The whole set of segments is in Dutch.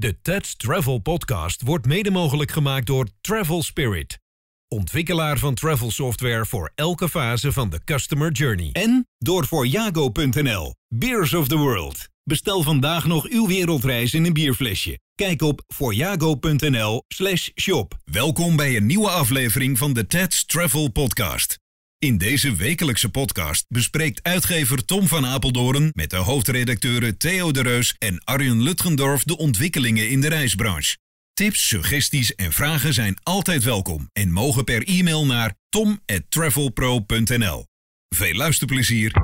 De Tats Travel Podcast wordt mede mogelijk gemaakt door Travel Spirit, ontwikkelaar van travel software voor elke fase van de customer journey. En door Voyago.nl, Beers of the World. Bestel vandaag nog uw wereldreis in een bierflesje. Kijk op Voyago.nl/shop. Welkom bij een nieuwe aflevering van de Tats Travel Podcast. In deze wekelijkse podcast bespreekt uitgever Tom van Apeldoorn met de hoofdredacteuren Theo de Reus en Arjen Lutgendorf de ontwikkelingen in de reisbranche. Tips, suggesties en vragen zijn altijd welkom en mogen per e-mail naar tom@travelpro.nl. Veel luisterplezier.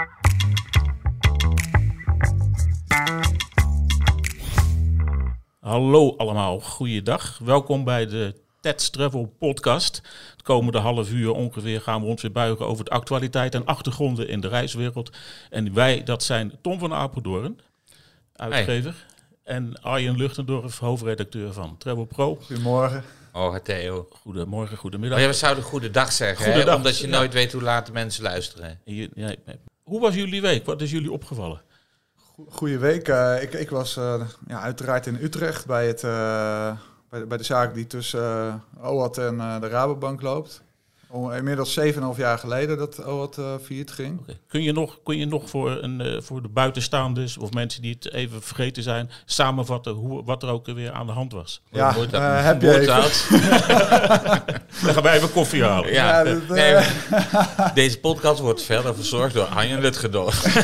Hallo allemaal, goeiedag. Welkom bij de Tats Travel Podcast. Het komende half uur ongeveer gaan we ons weer buigen over de actualiteit en achtergronden in de reiswereld. En wij, dat zijn Tom van Apeldoorn, uitgever. Hey. En Arjen Luchtendorf, hoofdredacteur van Travel Pro. Goedemorgen. Oh, Theo. Goedemorgen, goedemiddag. Oh ja, we zouden goedendag zeggen, goedendag, omdat je nooit weet hoe laat de mensen luisteren. Hoe was jullie week? Wat is jullie opgevallen? Goeie week. Ik was uiteraard in Utrecht bij de zaak die tussen OAT en de Rabobank loopt. Inmiddels 7,5 jaar geleden dat OAT failliet ging. Okay. Kun je nog voor de buitenstaanders of mensen die het even vergeten zijn, samenvatten wat er ook weer aan de hand was? Ja, heb je even. Dan gaan wij even koffie halen. Ja, deze podcast wordt verder verzorgd door Arjen Lutgendorf.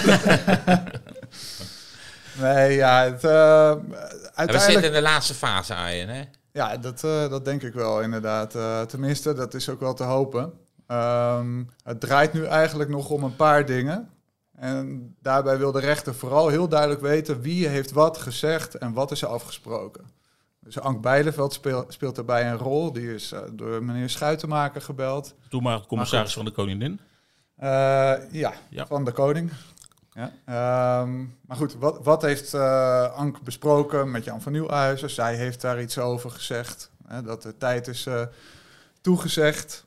Nee, ja, uiteindelijk... We zitten in de laatste fase, Arjen, hè? Ja, dat denk ik wel, inderdaad. Tenminste, dat is ook wel te hopen. Het draait nu eigenlijk nog om een paar dingen. En daarbij wil de rechter vooral heel duidelijk weten wie heeft wat gezegd en wat is er afgesproken. Dus Ank Bijleveld speelt daarbij een rol. Die is door meneer Schuitenmaker gebeld. Toenmalig commissaris van de Koningin. Ja, van de koning. Ja. Maar goed, wat heeft Ank besproken met Jan van Nieuwhuizen? Zij heeft daar iets over gezegd. Dat de tijd is toegezegd.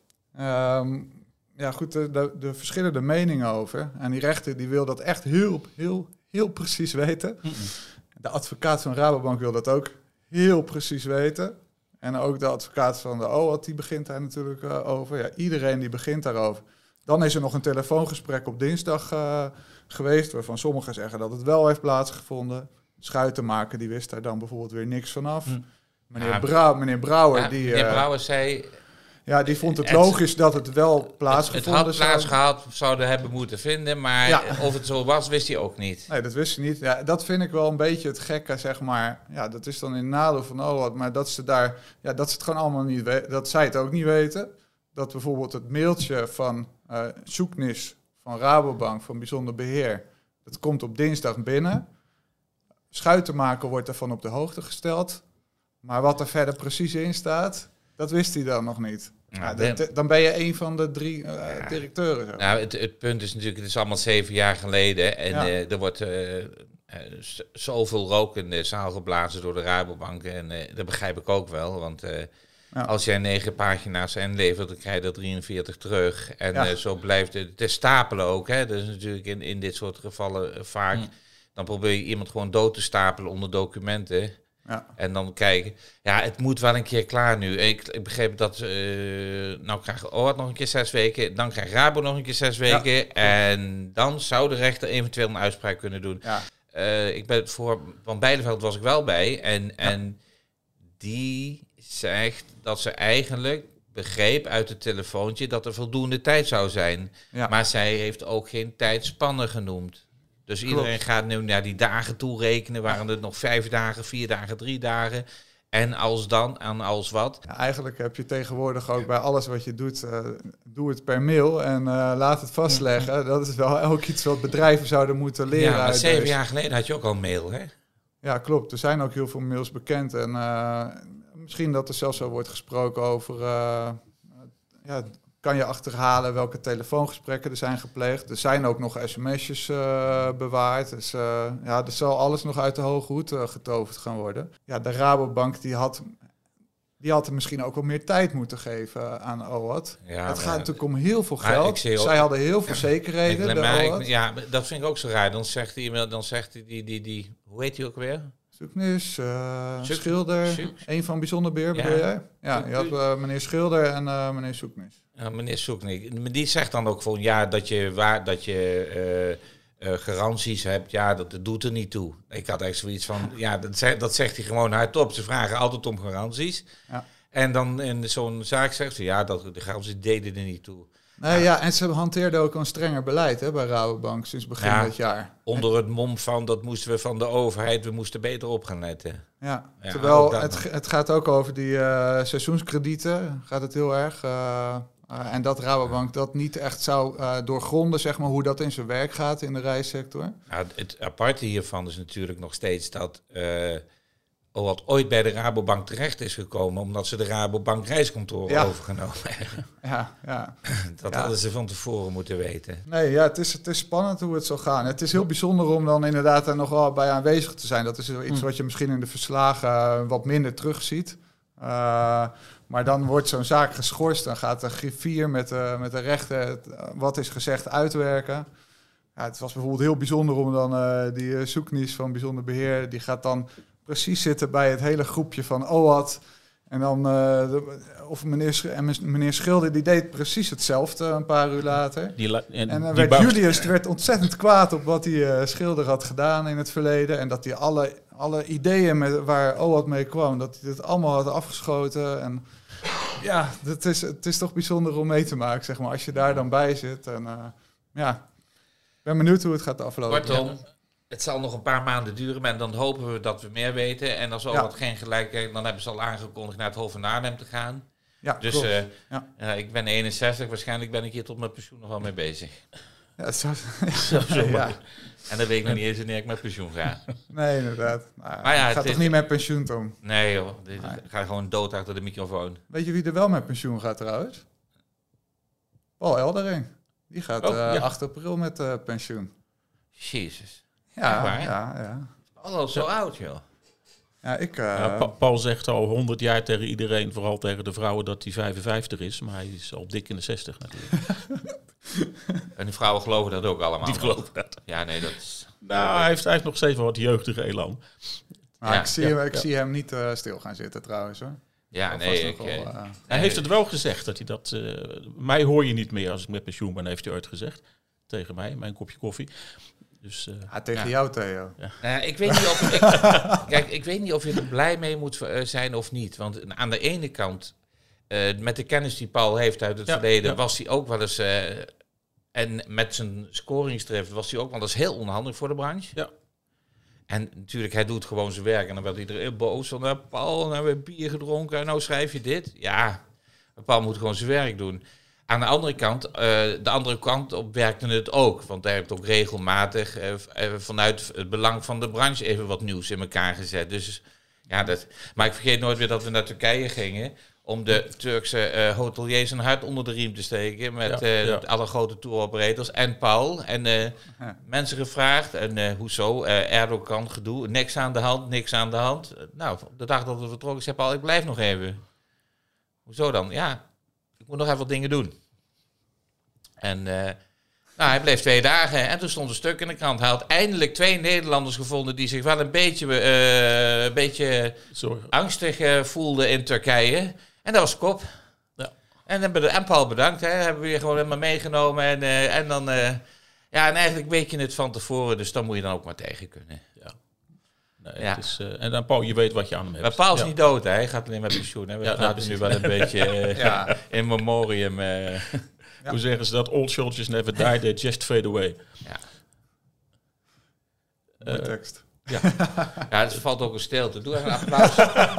De verschillende meningen over. En die rechter die wil dat echt heel precies weten. De advocaat van Rabobank wil dat ook heel precies weten. En ook de advocaat van de OAT die begint daar natuurlijk over. Ja, iedereen die begint daarover. Dan is er nog een telefoongesprek op dinsdag geweest, waarvan sommigen zeggen dat het wel heeft plaatsgevonden. Schuitenmaker, die wist daar dan bijvoorbeeld weer niks vanaf. Meneer Brouwer... meneer Brouwer zei... Ja, die vond het logisch dat het wel plaatsgevonden zou. Het had plaatsgehad, zouden hebben moeten vinden, maar of het zo was, wist hij ook niet. Nee, dat wist hij niet. Ja, dat vind ik wel een beetje het gekke, zeg maar. Ja, dat is dan in het nadeel van OAT, maar dat ze daar... Ja, dat ze het gewoon allemaal niet weten, dat zij het ook niet weten. Dat bijvoorbeeld het mailtje van Zoeknis van Rabobank, van Bijzonder Beheer, dat komt op dinsdag binnen. Schuitenmaker wordt ervan op de hoogte gesteld. Maar wat er verder precies in staat, dat wist hij dan nog niet. Dan ben je een van de 3 directeuren. Zo. Nou, het punt is natuurlijk, het is allemaal 7 jaar geleden. En er wordt zoveel rook in de zaal geblazen door de Rabobank. En dat begrijp ik ook wel, want... Als jij 9 pagina's inlevert, dan krijg je er 43 terug. En zo blijft het te stapelen ook. Hè. Dat is natuurlijk in dit soort gevallen vaak. Dan probeer je iemand gewoon dood te stapelen onder documenten. Ja. En dan kijken. Ja, het moet wel een keer klaar nu. Ik begreep dat krijgt OAT nog een keer 6 weken. Dan krijgt Rabo nog een keer 6 weken. Ja. En dan zou de rechter eventueel een uitspraak kunnen doen. Ja. Ik ben van Bijleveld was ik wel bij. En die zegt dat ze eigenlijk begreep uit het telefoontje dat er voldoende tijd zou zijn. Ja. Maar zij heeft ook geen tijdspannen genoemd. Dus iedereen gaat nu naar die dagen toe rekenen. Waren het nog 5 dagen, 4 dagen, 3 dagen? En als dan, en als wat? Ja, eigenlijk heb je tegenwoordig ook bij alles wat je doet, doe het per mail en laat het vastleggen. Dat is wel ook iets wat bedrijven zouden moeten leren. Ja, maar 7 jaar geleden had je ook al mail, hè? Ja, klopt. Er zijn ook heel veel mails bekend. En misschien dat er zelfs zo wordt gesproken over... kan je achterhalen welke telefoongesprekken er zijn gepleegd. Er zijn ook nog sms'jes bewaard. Dus er zal alles nog uit de hoge hoed getoverd gaan worden. Ja, de Rabobank die had er misschien ook wel meer tijd moeten geven aan OAT. Ja, het gaat natuurlijk om heel veel geld. Zij hadden heel veel zekerheden. Dat vind ik ook zo raar. Dan zegt die, hoe heet die ook weer? Soeknis, Schilder, een van Bijzonder Beer bedoel jij? Ja, je had meneer Schilder en meneer Soeknis. Ja, meneer Soeknis. Die zegt dan ook gewoon dat je garanties hebt. Ja, dat doet er niet toe. Ik had echt zoiets van, dat zegt hij gewoon hardop. Ze vragen altijd om garanties. Ja. En dan in zo'n zaak zegt ze, dat de garanties deden er niet toe. Nee, en ze hanteerden ook een strenger beleid bij Rabobank sinds begin dit jaar. Onder het mom van, dat moesten we van de overheid, we moesten beter op gaan letten. Ja, terwijl het gaat ook over die seizoenskredieten, gaat het heel erg. En dat Rabobank dat niet echt zou doorgronden, zeg maar, hoe dat in zijn werk gaat in de reissector. Nou, het aparte hiervan is natuurlijk nog steeds dat wat ooit bij de Rabobank terecht is gekomen, omdat ze de Rabobank reiskantoren overgenomen hebben. Ja. Dat hadden ze van tevoren moeten weten. Nee, het is spannend hoe het zal gaan. Het is heel bijzonder om dan inderdaad er nog wel bij aanwezig te zijn. Dat is iets wat je misschien in de verslagen wat minder terugziet. Maar dan wordt zo'n zaak geschorst. Dan gaat de griffier met de rechter wat is gezegd uitwerken. Ja, het was bijvoorbeeld heel bijzonder om dan die Soeknis van Bijzonder Beheer, die gaat dan precies zitten bij het hele groepje van OAT. En dan, meneer Schilder, die deed precies hetzelfde een paar uur later. Julius werd ontzettend kwaad op wat die Schilder had gedaan in het verleden. En dat hij alle ideeën waar OAT mee kwam, dat hij het allemaal had afgeschoten. En ja, het is toch bijzonder om mee te maken, zeg maar, als je daar dan bij zit. En ik ben benieuwd hoe het gaat aflopen. Kortom, het zal nog een paar maanden duren, en dan hopen we dat we meer weten. En als OAT geen gelijk heeft, dan hebben ze al aangekondigd naar het Hof van Arnhem te gaan. Ja, dus ik ben 61, waarschijnlijk ben ik hier tot mijn pensioen nog wel mee bezig. Ja, zo. En dan weet ik nog niet eens wanneer ik met pensioen ga. Nee, inderdaad. Gaat toch niet met pensioen, Tom? Nee joh, ik ga gewoon dood achter de microfoon. Weet je wie er wel met pensioen gaat trouwens? Paul Eldering. Die gaat 8 april met pensioen. Jezus. Ja. Al zo oud, joh. Ja, Paul zegt al 100 jaar tegen iedereen, vooral tegen de vrouwen, dat hij 55 is. Maar hij is al dik in de 60 natuurlijk. En de vrouwen geloven dat ook allemaal. Die geloven dat. Ja, nee, dat is... Nou, hij heeft nog steeds wel wat jeugdige elan. Maar ik zie hem niet stil gaan zitten trouwens, hoor. Ja, nee. Hij heeft het wel gezegd, dat hij dat... mij hoor je niet meer als ik met pensioen ben, heeft hij ooit gezegd. Tegen mij, mijn kopje koffie. Dus, tegen jou, Theo. Ja. Ik weet niet of ik weet niet of je er blij mee moet zijn of niet. Want aan de ene kant, met de kennis die Paul heeft uit het verleden, was hij ook wel eens... en met zijn scoringsdrift was hij ook wel eens heel onhandig voor de branche. Ja. En natuurlijk, hij doet gewoon zijn werk. En dan werd iedereen boos. Van, Paul, nou hebben we bier gedronken. En nou schrijf je dit. Ja, Paul moet gewoon zijn werk doen. Aan de andere kant op werkte het ook. Want hij heeft ook regelmatig vanuit het belang van de branche even wat nieuws in elkaar gezet. Dus ja, maar ik vergeet nooit weer dat we naar Turkije gingen om de Turkse hoteliers een hart onder de riem te steken met alle grote tour-operators en Paul. En mensen gevraagd, en hoezo, Erdogan gedoe, niks aan de hand. Nou, de dag dat we vertrokken, zei Paul, ik blijf nog even. Hoezo dan? Ja, ik moet nog even wat dingen doen. En hij bleef 2 dagen en toen stond een stuk in de krant. Hij had eindelijk 2 Nederlanders gevonden die zich wel een beetje angstig voelden in Turkije. En dat was kop. Ja. En Paul bedankt. Hebben we weer gewoon helemaal meegenomen. En dan... en eigenlijk weet je het van tevoren, dus dan moet je dan ook maar tegen kunnen. Ja. Nee, het is, en dan Paul, je weet wat je aan hem hebt. Maar Paul is niet dood, hè? Hij gaat alleen met pensioen. Hè? We praten nu wel een beetje in memoriam. Hoe zeggen ze dat? Old soldiers never die, they just fade away. Ja. Tekst. Ja, het valt ook een stilte. Doe even een applaus.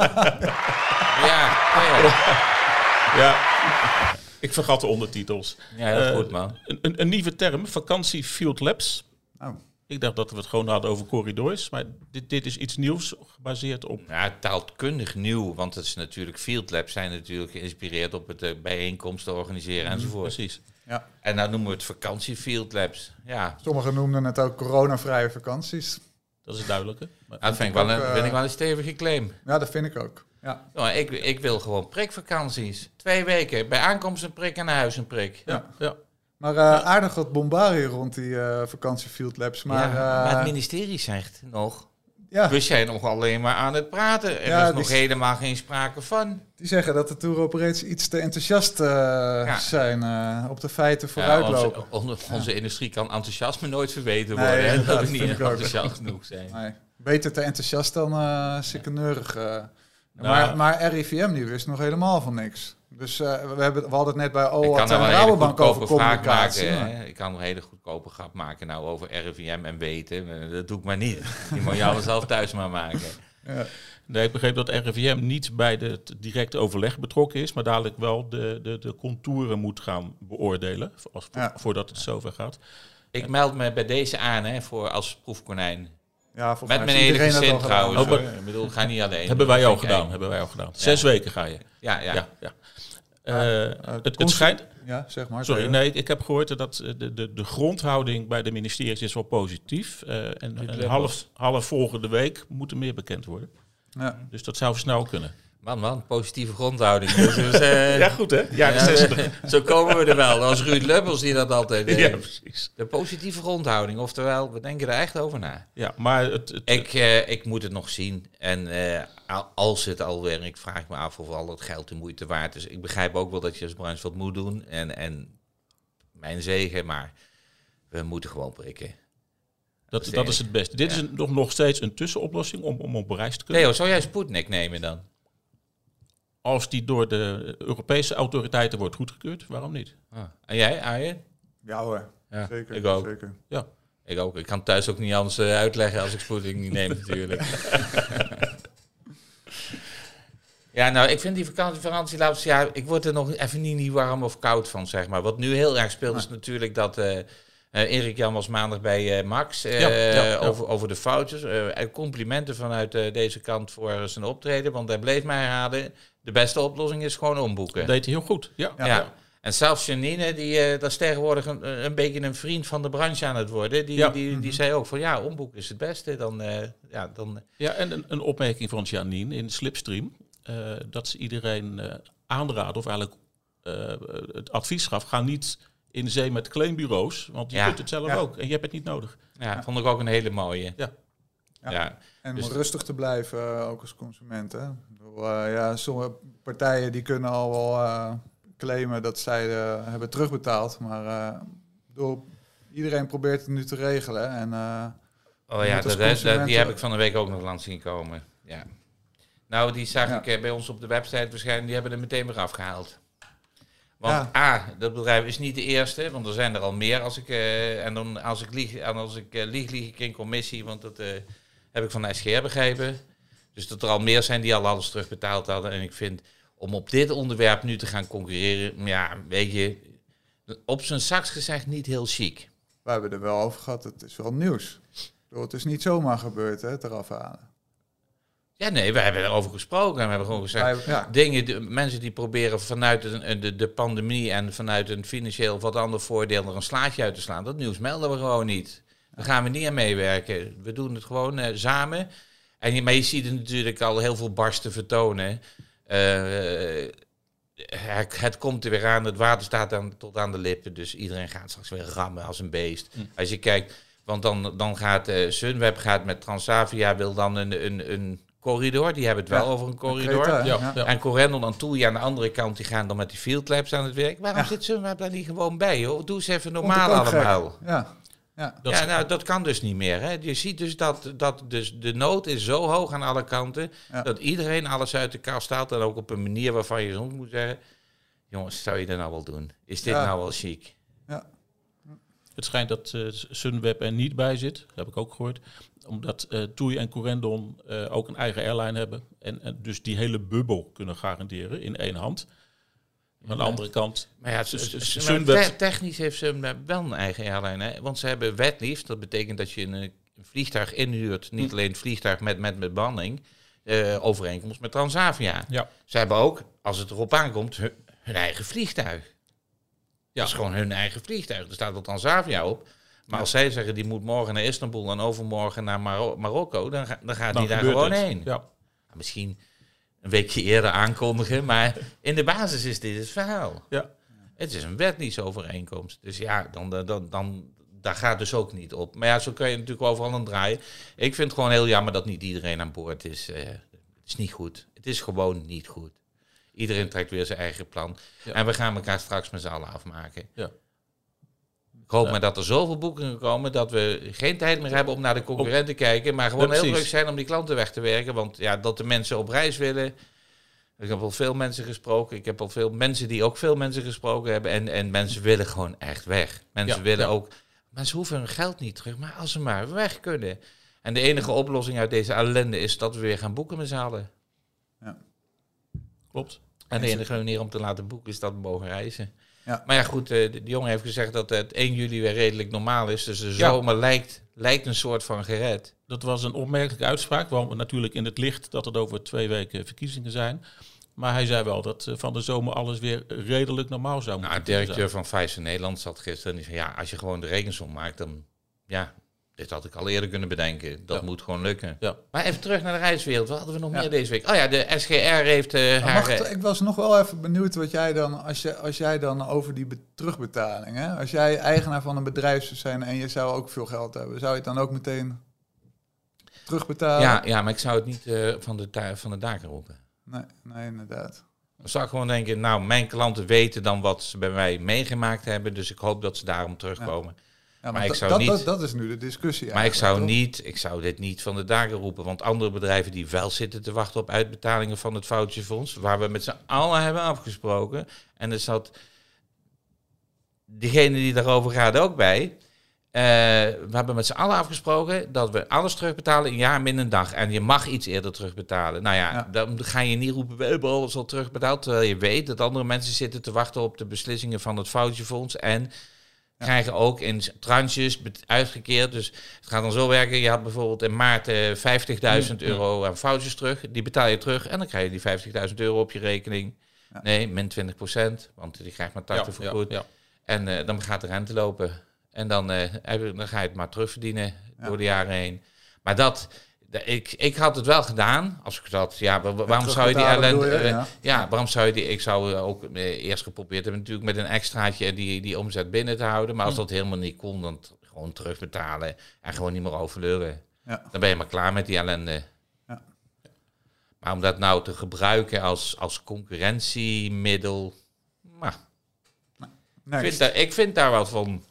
Ja. Ik vergat de ondertitels. Ja, dat is goed, man. Een nieuwe term, vakantie Field Labs. Oh. Ik dacht dat we het gewoon hadden over corridors, maar dit is iets nieuws gebaseerd op... Ja, taalkundig nieuw, want het is natuurlijk Field Labs zijn natuurlijk geïnspireerd op het bijeenkomsten organiseren enzovoort. Precies. Ja. En nou noemen we het vakantie Field Labs. Ja. Sommigen noemden het ook coronavrije vakanties. Dat is duidelijk, hè? Dat vind ik wel een stevige claim. Ja, dat vind ik ook. Ja. Nou, ik wil gewoon prikvakanties. 2 weken. Bij aankomst een prik en naar huis een prik. Ja. Maar aardig wat bombarie rond die vakantie Field Labs. Maar het ministerie zegt nog... was jij nog alleen maar aan het praten. Er is nog helemaal geen sprake van. Die zeggen dat de tour operators iets te enthousiast zijn op de feiten vooruitlopen. Onze industrie kan enthousiasme nooit verbeterd worden. Nee, dat we niet enthousiast genoeg zijn. Nee. Beter te enthousiast dan sikkeneurig. Maar RIVM die wist nog helemaal van niks. Dus we hadden het net bij OAT en Rabobank over communicatie. Ik kan nog een hele goedkope grap maken over RIVM en weten. Dat doe ik maar niet. Die moet je zelf thuis maar maken. Ja. Nee, ik begreep dat RIVM niet bij het directe overleg betrokken is, maar dadelijk wel de contouren moet gaan beoordelen, voordat het zover gaat. Ik meld me bij deze aan als proefkonijn. Ja, met mijn hele gezin trouwens. Ik bedoel, ga niet alleen. Hebben wij al gedaan. 6 weken ga je. Ja. Het schijnt... Ja, zeg maar. Sorry, nee, ik heb gehoord dat de grondhouding bij de ministeries is wel positief. En half volgende week moet er meer bekend worden. Ja. Dus dat zou snel kunnen. Man, positieve grondhouding. Dus, ja, goed hè? Ja, zo komen we er wel. Als Ruud Lubbers die dat altijd... ja, precies. De positieve grondhouding. Oftewel, we denken er echt over na. Ja, maar ik moet het nog zien. En als het al werkt, ik vraag me af of al het geld de moeite waard is. Ik begrijp ook wel dat je als branche wat moet doen. En mijn zegen, maar we moeten gewoon prikken. Dat is het beste. Dit is nog steeds een tussenoplossing om op reis te kunnen. Theo, zou jij Sputnik nemen dan? Als die door de Europese autoriteiten wordt goedgekeurd, waarom niet? En jij, Arjen? Ja hoor, ja, zeker. Ik ook. Zeker. Ja. Ik ook. Ik kan thuis ook niet anders uitleggen als ik Sputnik niet neem natuurlijk. Ja, nou, ik vind die vakantie laatste jaar... Ik word er nog even niet warm of koud van, zeg maar. Wat nu heel erg speelt is natuurlijk dat... Erik Jan was maandag bij Max over de foutjes. Complimenten vanuit deze kant voor zijn optreden. Want hij bleef mij herhalen, de beste oplossing is gewoon omboeken. Dat deed hij heel goed. Ja. En zelfs Janine, dat is tegenwoordig een beetje een vriend van de branche aan het worden. Die zei ook van omboeken is het beste. Ja, en een opmerking van Janine in Slipstream. Dat ze iedereen aanraden of eigenlijk het advies gaf. Ga niet in zee met claimbureaus, want je kunt het zelf ook. En je hebt het niet nodig. Ja, vond ik ook een hele mooie. Ja. En om rustig te blijven, ook als consument. Hè? Sommige partijen die kunnen al wel claimen dat zij hebben terugbetaald. Maar iedereen probeert het nu te regelen. En, die heb ik van de week ook nog langs zien komen. Ja. Nou, die zag ik bij ons op de website waarschijnlijk. Die hebben er meteen weer afgehaald. Want dat bedrijf is niet de eerste, want er zijn er al meer. Als ik lieg ik in commissie, want dat heb ik van de SGR begrepen. Dus dat er al meer zijn die al alles terugbetaald hadden. En ik vind, om op dit onderwerp nu te gaan concurreren, weet je, op zijn zachts gezegd niet heel chic. We hebben er wel over gehad, het is wel nieuws. Het is niet zomaar gebeurd, het eraf halen. Ja, nee, we hebben erover gesproken. En we hebben gewoon gezegd, mensen die proberen vanuit de pandemie en vanuit een financieel of wat ander voordeel er een slaatje uit te slaan. Dat nieuws melden we gewoon niet. Daar gaan we niet aan meewerken. We doen het gewoon samen. Maar je ziet het natuurlijk al heel veel barsten vertonen. Het komt er weer aan, het water staat tot aan de lippen. Dus iedereen gaat straks weer rammen als een beest. Als je kijkt, want dan gaat Sunweb met Transavia wil dan een corridor, die hebben het wel over een corridor. En Corendon en Toei aan de andere kant, die gaan dan met die field labs aan het werk. Waarom zit Sunweb daar niet gewoon bij, joh? Doe eens even normaal allemaal. Dat kan dus niet meer. Hè? Je ziet dus dat dus de nood is zo hoog aan alle kanten, dat iedereen alles uit de kast haalt en ook op een manier waarvan je soms moet zeggen, jongens, zou je dat nou wel doen? Is dit nou wel chic? Ja. Het schijnt dat Sunweb er niet bij zit, heb ik ook gehoord. Omdat Toei en Corendon ook een eigen airline hebben. En dus die hele bubbel kunnen garanderen in één hand. Aan de andere kant... Maar technisch heeft ze wel een eigen airline. Hè? Want ze hebben wetlief. Dat betekent dat je een vliegtuig inhuurt. Niet alleen het vliegtuig met bemanning. Overeenkomst met Transavia. Ja. Ze hebben ook, als het erop aankomt, hun eigen vliegtuig. Ja. Dat is gewoon hun eigen vliegtuig. Er staat wel Transavia op. Maar als zij zeggen, die moet morgen naar Istanbul en overmorgen naar Marokko, dan gaat die daar gewoon heen. Ja. Misschien een weekje eerder aankondigen, maar in de basis is dit het verhaal. Ja. Het is een wetliefsovereenkomst. Dus dan daar gaat dus ook niet op. Maar ja, zo kun je natuurlijk overal aan draaien. Ik vind het gewoon heel jammer dat niet iedereen aan boord is. Het is niet goed. Het is gewoon niet goed. Iedereen trekt weer zijn eigen plan. Ja. En we gaan elkaar straks met z'n allen afmaken. Ja. Ik hoop maar dat er zoveel boekingen komen dat we geen tijd meer hebben om naar de concurrent te kijken. Maar gewoon heel druk zijn om die klanten weg te werken. Want ja, dat de mensen op reis willen. Ik heb al veel mensen gesproken. Ik heb al veel mensen die ook veel mensen gesproken hebben. En mensen willen gewoon echt weg. Mensen willen ook... Maar ze hoeven hun geld niet terug. Maar als ze maar weg kunnen. En de enige oplossing uit deze ellende is dat we weer gaan boeken met z'n allen. Ja. Klopt. En de enige manier om te laten boeken is dat we mogen reizen. Ja. Maar ja, goed, de jongen heeft gezegd dat het 1 juli weer redelijk normaal is. Dus de zomer lijkt een soort van gered. Dat was een opmerkelijke uitspraak. Want natuurlijk in het licht dat het over 2 weken verkiezingen zijn. Maar hij zei wel dat van de zomer alles weer redelijk normaal zou moeten zijn. De directeur van Pfizer Nederland zat gisteren en die zei... ja, als je gewoon de rekensom maakt, dan... ja, dit had ik al eerder kunnen bedenken. Dat moet gewoon lukken. Ja. Maar even terug naar de reiswereld. Wat hadden we nog meer deze week? Oh ja, de SGR heeft ik was nog wel even benieuwd wat jij dan... Als jij dan over die terugbetaling... Hè? Als jij eigenaar van een bedrijf zou zijn en je zou ook veel geld hebben... zou je het dan ook meteen terugbetalen? Ja, maar ik zou het niet van de daken roepen. Nee, inderdaad. Dan zou ik gewoon denken... nou, mijn klanten weten dan wat ze bij mij meegemaakt hebben... dus ik hoop dat ze daarom terugkomen... Ja, maar dat is nu de discussie. Maar ik zou dit niet van de daken roepen. Want andere bedrijven die wel zitten te wachten op uitbetalingen van het voucherfonds, waar we met z'n allen hebben afgesproken. En er zat degene die daarover gaat ook bij. We hebben met z'n allen afgesproken dat we alles terugbetalen een jaar min een dag. En je mag iets eerder terugbetalen. Nou ja, dan ga je niet roepen, we hebben alles al terugbetaald. Terwijl je weet dat andere mensen zitten te wachten op de beslissingen van het voucherfonds. En krijgen ook in tranches uitgekeerd. Dus het gaat dan zo werken. Je had bijvoorbeeld in maart €50.000 aan vouchers terug. Die betaal je terug en dan krijg je die €50.000 op je rekening. Ja. Nee, min 20%, want die krijgt maar 80 vergoed. Ja. En dan gaat de rente lopen. En dan ga je het maar terugverdienen door de jaren heen. Maar ik had het wel gedaan, als ik dat... Ja, waarom zou je die ellende... waarom zou je die... Ik zou ook eerst geprobeerd hebben natuurlijk met een extraatje die omzet binnen te houden. Maar als dat helemaal niet kon, dan gewoon terugbetalen en gewoon niet meer overleuren. Ja. Dan ben je maar klaar met die ellende. Ja. Maar om dat nou te gebruiken als concurrentiemiddel... Ik vind daar wat van.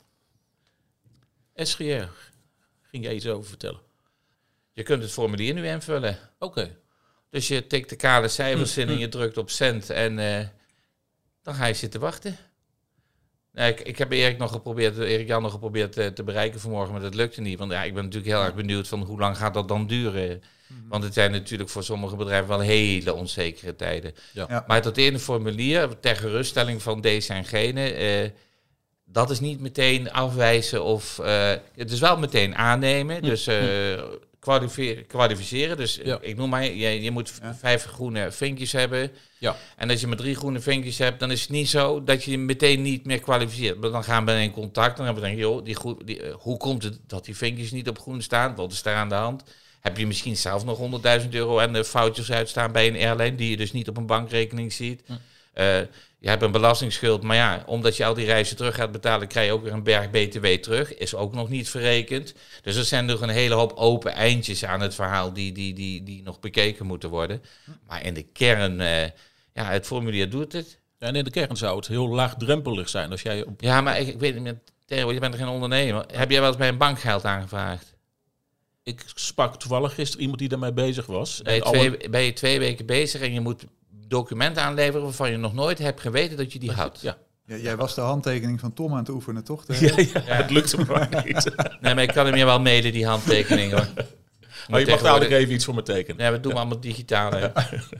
SGR, ging jij iets over vertellen? Je kunt het formulier nu invullen. Oké. Dus je tikt de kale cijfers in en je drukt op cent en dan ga je zitten wachten. Ik heb Erik Jan nog geprobeerd te bereiken vanmorgen, maar dat lukte niet. Want ik ben natuurlijk heel erg benieuwd van hoe lang gaat dat dan duren. Want het zijn natuurlijk voor sommige bedrijven wel hele onzekere tijden. Ja. Maar dat ene formulier, ter geruststelling van deze en gene... dat is niet meteen afwijzen of... het is wel meteen aannemen, dus kwalificeren. Dus ik noem maar, je moet 5 groene vinkjes hebben. Ja. En als je maar 3 groene vinkjes hebt, dan is het niet zo dat je meteen niet meer kwalificeert. Maar dan gaan we in contact en dan hebben we denken, hoe komt het dat die vinkjes niet op groen staan? Wat is daar aan de hand? Heb je misschien zelf nog €100.000 en de foutjes uitstaan bij een airline die je dus niet op een bankrekening ziet? Je hebt een belastingsschuld, maar ja, omdat je al die reizen terug gaat betalen, krijg je ook weer een berg BTW terug. Is ook nog niet verrekend. Dus er zijn nog een hele hoop open eindjes aan het verhaal die nog bekeken moeten worden. Maar in de kern, het formulier doet het. Ja, en in de kern zou het heel laagdrempelig zijn als jij... Ja, maar ik weet niet, Theo, je bent geen ondernemer. Heb jij wel eens bij een bank geld aangevraagd? Ik sprak toevallig gisteren iemand die daarmee bezig was. Ben je 2 weken bezig en je moet documenten aanleveren waarvan je nog nooit hebt geweten dat je die had. Ja. Ja, jij was de handtekening van Tom aan het oefenen, toch? Ja, het lukte me maar niet. Nee, maar ik kan hem je wel mailen, die handtekening, hoor. Maar je mag dadelijk even iets voor me tekenen. Ja, we doen allemaal digitaal. Ja.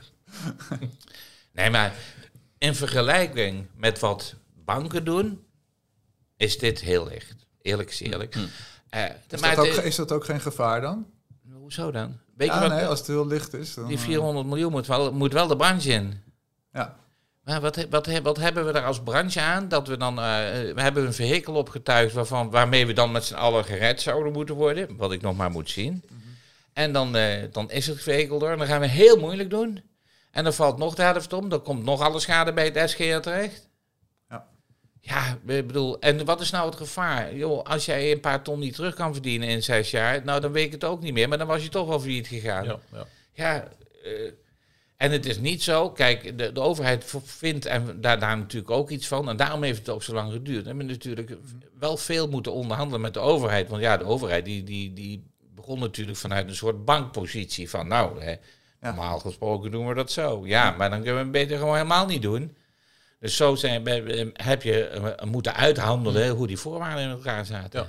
Nee, maar in vergelijking met wat banken doen, is dit heel licht. Eerlijk is eerlijk. Is dat ook geen gevaar dan? Hoezo dan? Weet je als het heel licht is. Dan, die 400 miljoen moet wel de branche in. Ja. Maar wat hebben we daar als branche aan? Dat we dan, we hebben een vehikel opgetuigd waarmee we dan met z'n allen gered zouden moeten worden. Wat ik nog maar moet zien. En dan is het vehikel door en dan gaan we heel moeilijk doen. En dan valt nog de helft om. Dan komt nog alle schade bij het SGR terecht. Ja, ik bedoel, en wat is nou het gevaar? Joh, als jij een paar ton niet terug kan verdienen in 6 jaar, nou dan weet ik het ook niet meer, maar dan was je toch wel failliet gegaan. Ja, en het is niet zo, kijk, de overheid vindt en daar natuurlijk ook iets van, en daarom heeft het ook zo lang geduurd. We hebben natuurlijk wel veel moeten onderhandelen met de overheid, want ja, de overheid die begon natuurlijk vanuit een soort bankpositie van, normaal gesproken doen we dat zo. Ja, maar dan kunnen we het beter gewoon helemaal niet doen. Dus zo heb je moeten uithandelen hoe die voorwaarden in elkaar zaten.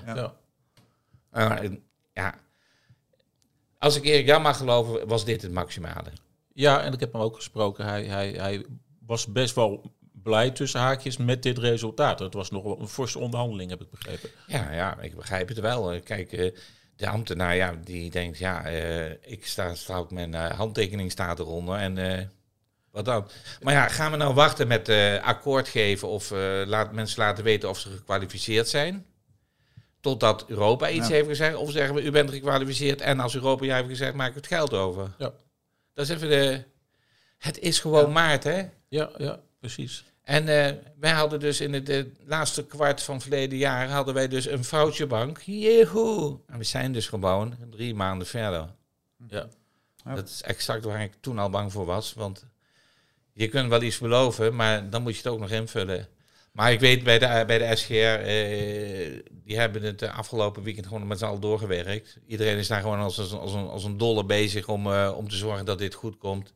Ja. Als ik Erik Jan mag geloven, was dit het maximale. Ja, en ik heb hem ook gesproken. Hij was best wel blij tussen haakjes met dit resultaat. Het was nog wel een forse onderhandeling, heb ik begrepen. Ja, ik begrijp het wel. Kijk, de ambtenaar, die denkt, ik sta ook mijn handtekening staat eronder en... Wat dan? Maar ja, gaan we nou wachten met akkoord geven of mensen laten weten of ze gekwalificeerd zijn? Totdat Europa iets heeft gezegd? Of zeggen we, u bent gekwalificeerd en als Europa jij heeft gezegd, maak ik het geld over? Ja. Dat is even het is gewoon maart, hè? Ja, precies. En wij hadden dus in het laatste kwart van verleden jaar hadden wij dus een voucherbank. Jehoe! En we zijn dus gewoon 3 maanden verder. Ja. Dat is exact waar ik toen al bang voor was, want... Je kunt wel iets beloven, maar dan moet je het ook nog invullen. Maar ik weet bij de SGR, die hebben het afgelopen weekend gewoon met z'n allen doorgewerkt. Iedereen is daar gewoon als een dolle bezig om te zorgen dat dit goed komt.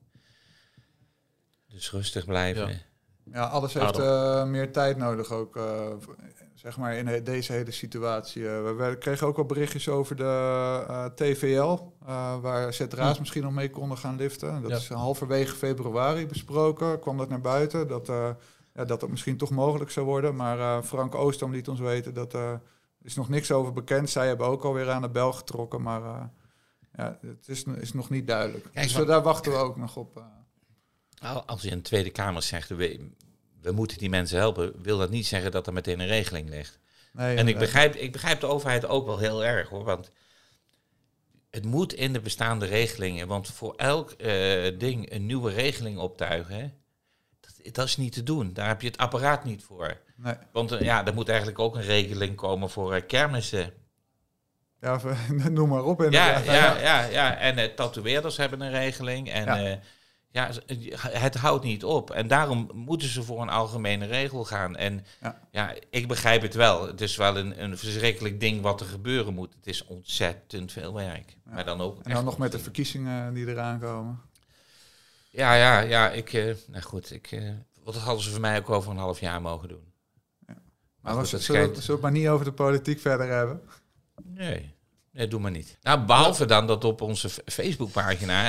Dus rustig blijven. Ja, alles heeft meer tijd nodig ook, zeg maar in deze hele situatie. We kregen ook wel berichtjes over de TVL, waar ZRA's misschien nog mee konden gaan liften. Dat is halverwege februari besproken, kwam dat naar buiten, dat het misschien toch mogelijk zou worden. Maar Frank Oostam liet ons weten dat er is nog niks over bekend. Zij hebben ook alweer aan de bel getrokken, maar het is nog niet duidelijk. Kijk, dus daar wachten we ook nog op. Als je in de Tweede Kamer zegt, we moeten die mensen helpen, wil dat niet zeggen dat er meteen een regeling ligt. Nee, en ik begrijp de overheid ook wel heel erg, hoor, want het moet in de bestaande regelingen, want voor elk ding een nieuwe regeling optuigen, hè, dat is niet te doen. Daar heb je het apparaat niet voor. Nee. Want er moet eigenlijk ook een regeling komen voor kermissen. Ja, noem maar op. Ja. En tatoeëerders hebben een regeling en... het houdt niet op. En daarom moeten ze voor een algemene regel gaan. En ik begrijp het wel. Het is wel een verschrikkelijk ding wat er gebeuren moet. Het is ontzettend veel werk. Ja. Maar dan ook en dan nog met de verkiezingen die eraan komen. Wat hadden ze voor mij ook over een half jaar mogen doen. Ja. Maar zullen we het maar niet over de politiek verder hebben? Nee, doe maar niet. Nou, behalve dan dat op onze Facebookpagina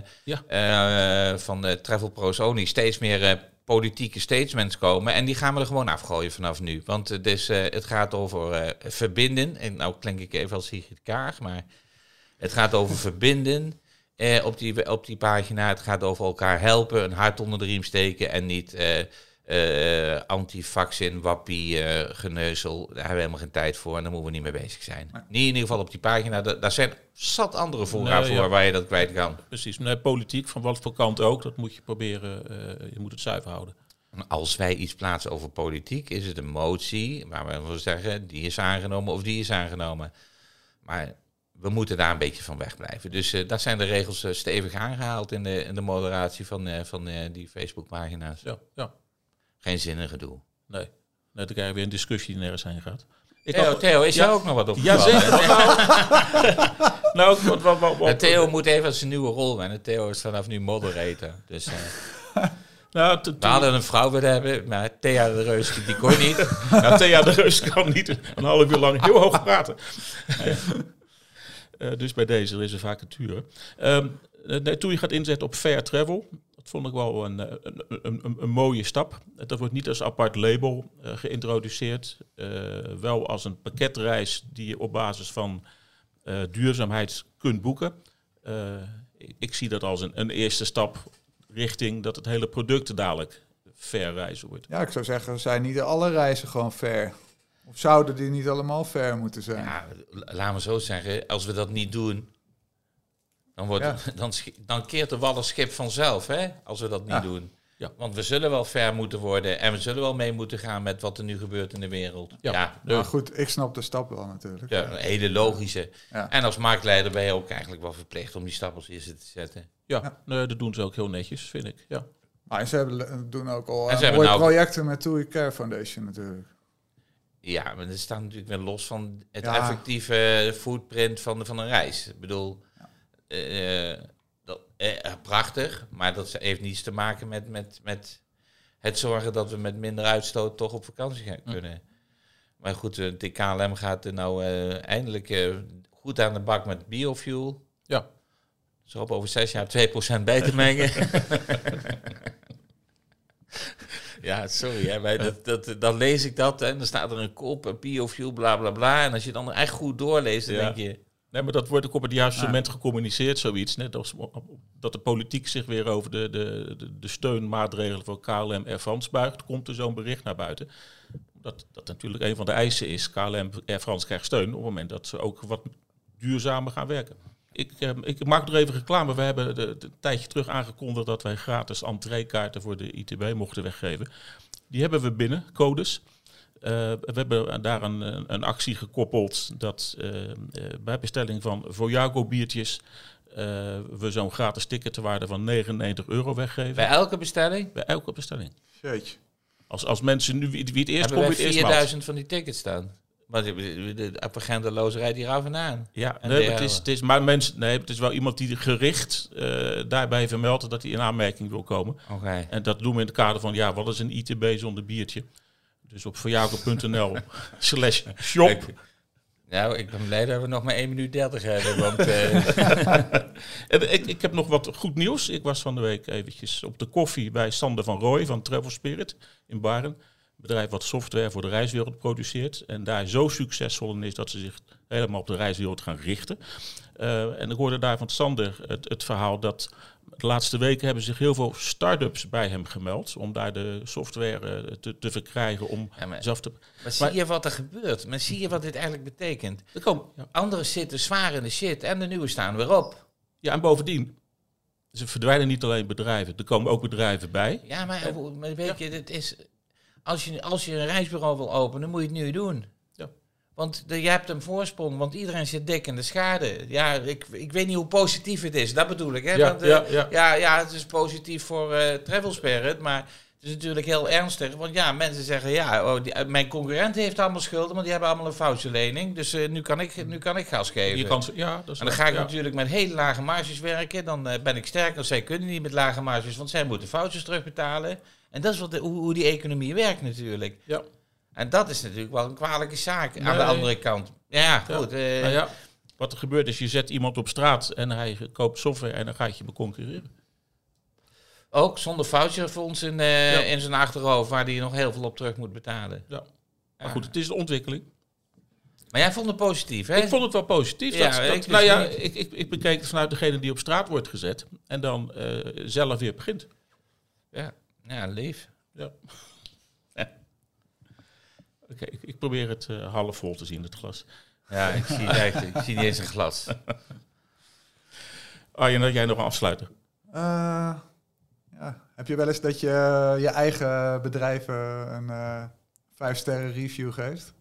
van Travel Prozoni steeds meer politieke statements komen. En die gaan we er gewoon afgooien vanaf nu. Want het gaat over verbinden. En nou klink ik even als Sigrid Kaag, maar het gaat over verbinden op die pagina. Het gaat over elkaar helpen, een hart onder de riem steken en niet... anti-vaccin, wappie, geneuzel, daar hebben we helemaal geen tijd voor en daar moeten we niet mee bezig zijn. Nee. Niet in ieder geval op die pagina, daar zijn zat andere fora voor waar je dat kwijt kan. Precies, maar politiek, van wat voor kant ook, dat moet je proberen, je moet het zuiver houden. Als wij iets plaatsen over politiek, is het een motie waar we voor zeggen, die is aangenomen of die is aangenomen. Maar we moeten daar een beetje van wegblijven. Dus daar zijn de regels stevig aangehaald in de moderatie van die Facebookpagina's. Ja. Geen zinnige doel. Nee, dan krijg je weer een discussie die nergens heen gaat. Theo, is jou ook nog wat opgevallen? Ja, zeker. Theo moet even aan zijn nieuwe rol wennen. Theo is vanaf nu moderator. Dus, we hadden een vrouw willen hebben, maar Thea de Reus, die kon niet. Thea de Reus kan niet een half uur lang heel hoog praten. Dus bij deze, er is een vacature. Toen je gaat inzetten op fair travel... Dat vond ik wel een mooie stap. Dat wordt niet als apart label geïntroduceerd. Wel als een pakketreis die je op basis van duurzaamheid kunt boeken. Ik zie dat als een eerste stap richting dat het hele product dadelijk fair reizen wordt. Ja, ik zou zeggen, zijn niet alle reizen gewoon fair? Of zouden die niet allemaal fair moeten zijn? Ja, laten we zo zeggen, als we dat niet doen... Dan keert de wallenschip vanzelf, hè? Als we dat niet doen. Ja. Want we zullen wel fair moeten worden en we zullen wel mee moeten gaan met wat er nu gebeurt in de wereld. Maar goed, ik snap de stap wel natuurlijk. Ja, een hele logische. Ja. En als marktleider ben je ook eigenlijk wel verplicht om die stap als eerste te zetten. Nee, dat doen ze ook heel netjes, vind ik. Ja. Maar ze doen ook al En mooie projecten met TUI Care Foundation natuurlijk. Ja, maar dat staat natuurlijk weer los van het effectieve footprint van een reis. Ik bedoel, prachtig, maar dat heeft niets te maken met het zorgen dat we met minder uitstoot toch op vakantie gaan kunnen. Maar goed, de KLM gaat er nou eindelijk goed aan de bak met biofuel. Ja. Zo op over 6 jaar 2% bij te mengen. Ja, sorry, hè, maar dan lees ik dat en dan staat er een kop, biofuel, bla bla bla. En als je dan echt goed doorleest, dan denk je... Nee, maar dat wordt ook op het juiste moment gecommuniceerd, zoiets. Net als dat de politiek zich weer over de steunmaatregelen voor KLM Air France buigt, komt er zo'n bericht naar buiten. Dat natuurlijk een van de eisen is, KLM Air France krijgt steun op het moment dat ze ook wat duurzamer gaan werken. Ik maak er even reclame. We hebben een tijdje terug aangekondigd dat wij gratis entreekaarten voor de ITB mochten weggeven. Die hebben we binnen, codes. We hebben daar een actie gekoppeld dat bij bestelling van Voyago biertjes we zo'n gratis ticket ter waarde van €99 weggeven. Bij elke bestelling? Bij elke bestelling. Jeetje. Als mensen nu wie het eerst hebben komt, we wie het eerst 4000 van die tickets staan. Maar de agendeloze rijdt hier af en aan. Ja, het is wel iemand die gericht daarbij vermeldt dat hij in aanmerking wil komen. Okay. En dat doen we in het kader van, wat is een ITB zonder biertje? Dus op voyago.nl/shop. Nou, ik ben blij dat we nog maar 1 minuut 30 hebben. Want, ik heb nog wat goed nieuws. Ik was van de week eventjes op de koffie bij Sander van Rooij van Travel Spirit in Baren. Een bedrijf wat software voor de reiswereld produceert. En daar zo succesvol in is dat ze zich helemaal op de reiswereld gaan richten. En ik hoorde daar van Sander het verhaal dat de laatste weken hebben zich heel veel start-ups bij hem gemeld. Om daar de software te verkrijgen om zelf te... Maar zie je wat er gebeurt? Maar zie je wat dit eigenlijk betekent? Anderen zitten zwaar in de shit en de nieuwe staan weer op. Ja, en bovendien, ze verdwijnen niet alleen bedrijven. Er komen ook bedrijven bij. Ja, maar weet je, het is... Als je een reisbureau wil openen, dan moet je het nu doen. Ja. Want je hebt een voorsprong, want iedereen zit dik in de schade. Ja, ik weet niet hoe positief het is, dat bedoel ik. Hè? Ja, het is positief voor Travel Spirit, maar het is natuurlijk heel ernstig. Want mensen zeggen, mijn concurrent heeft allemaal schulden, want die hebben allemaal een voucherlening. Dus nu kan ik gas geven. En dan ga ik natuurlijk met hele lage marges werken. Dan ben ik sterker, zij kunnen niet met lage marges, want zij moeten vouchers terugbetalen. En dat is hoe die economie werkt natuurlijk. Ja. En dat is natuurlijk wel een kwalijke zaak aan de andere kant. Ja, goed. Wat er gebeurt is, je zet iemand op straat en hij koopt software en dan gaat je beconcurreren. Ook zonder voucherfonds in zijn achterhoofd, waar hij nog heel veel op terug moet betalen. Ja. Maar goed, het is de ontwikkeling. Maar jij vond het positief, hè? Ik vond het wel positief. Ik bekeek het vanuit degene die op straat wordt gezet en dan zelf weer begint. Ja, lief. Ja. Oké, ik probeer het half vol te zien, het glas. Ja, ik zie niet eens een glas. Arjen, dat jij nog een afsluiter? Heb je wel eens dat je je eigen bedrijf een 5-sterren review geeft?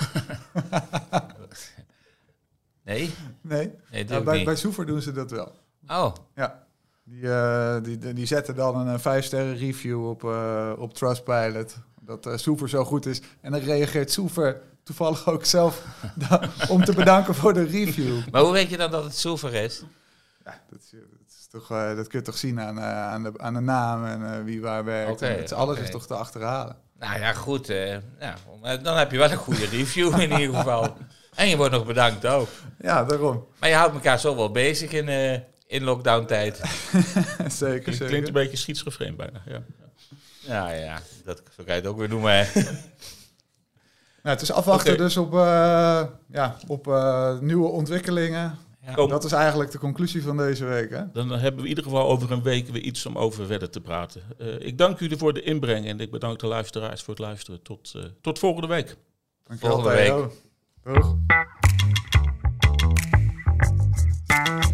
Nee? Nee bij Soever doen ze dat wel. Oh. Ja. Die zetten dan een 5-sterren review op Trustpilot. Dat Soever zo goed is. En dan reageert Soever toevallig ook zelf om te bedanken voor de review. Maar hoe weet je dan dat het Soever is? Ja, dat kun je toch zien aan de naam en wie waar werkt. Alles is toch te achterhalen. Nou ja, goed. Dan heb je wel een goede review in ieder geval. En je wordt nog bedankt ook. Ja, daarom. Maar je houdt elkaar zo wel bezig in lockdown-tijd. Zeker. Klinkt een beetje schizofreen bijna. Ja, zo kan je het ook weer noemen. Het is afwachten dus op nieuwe ontwikkelingen. Ja. Dat is eigenlijk de conclusie van deze week. Hè? Dan hebben we in ieder geval over een week weer iets om over verder te praten. Ik dank jullie voor de inbreng en ik bedank de luisteraars voor het luisteren. Tot volgende week. Volgende week. Doeg.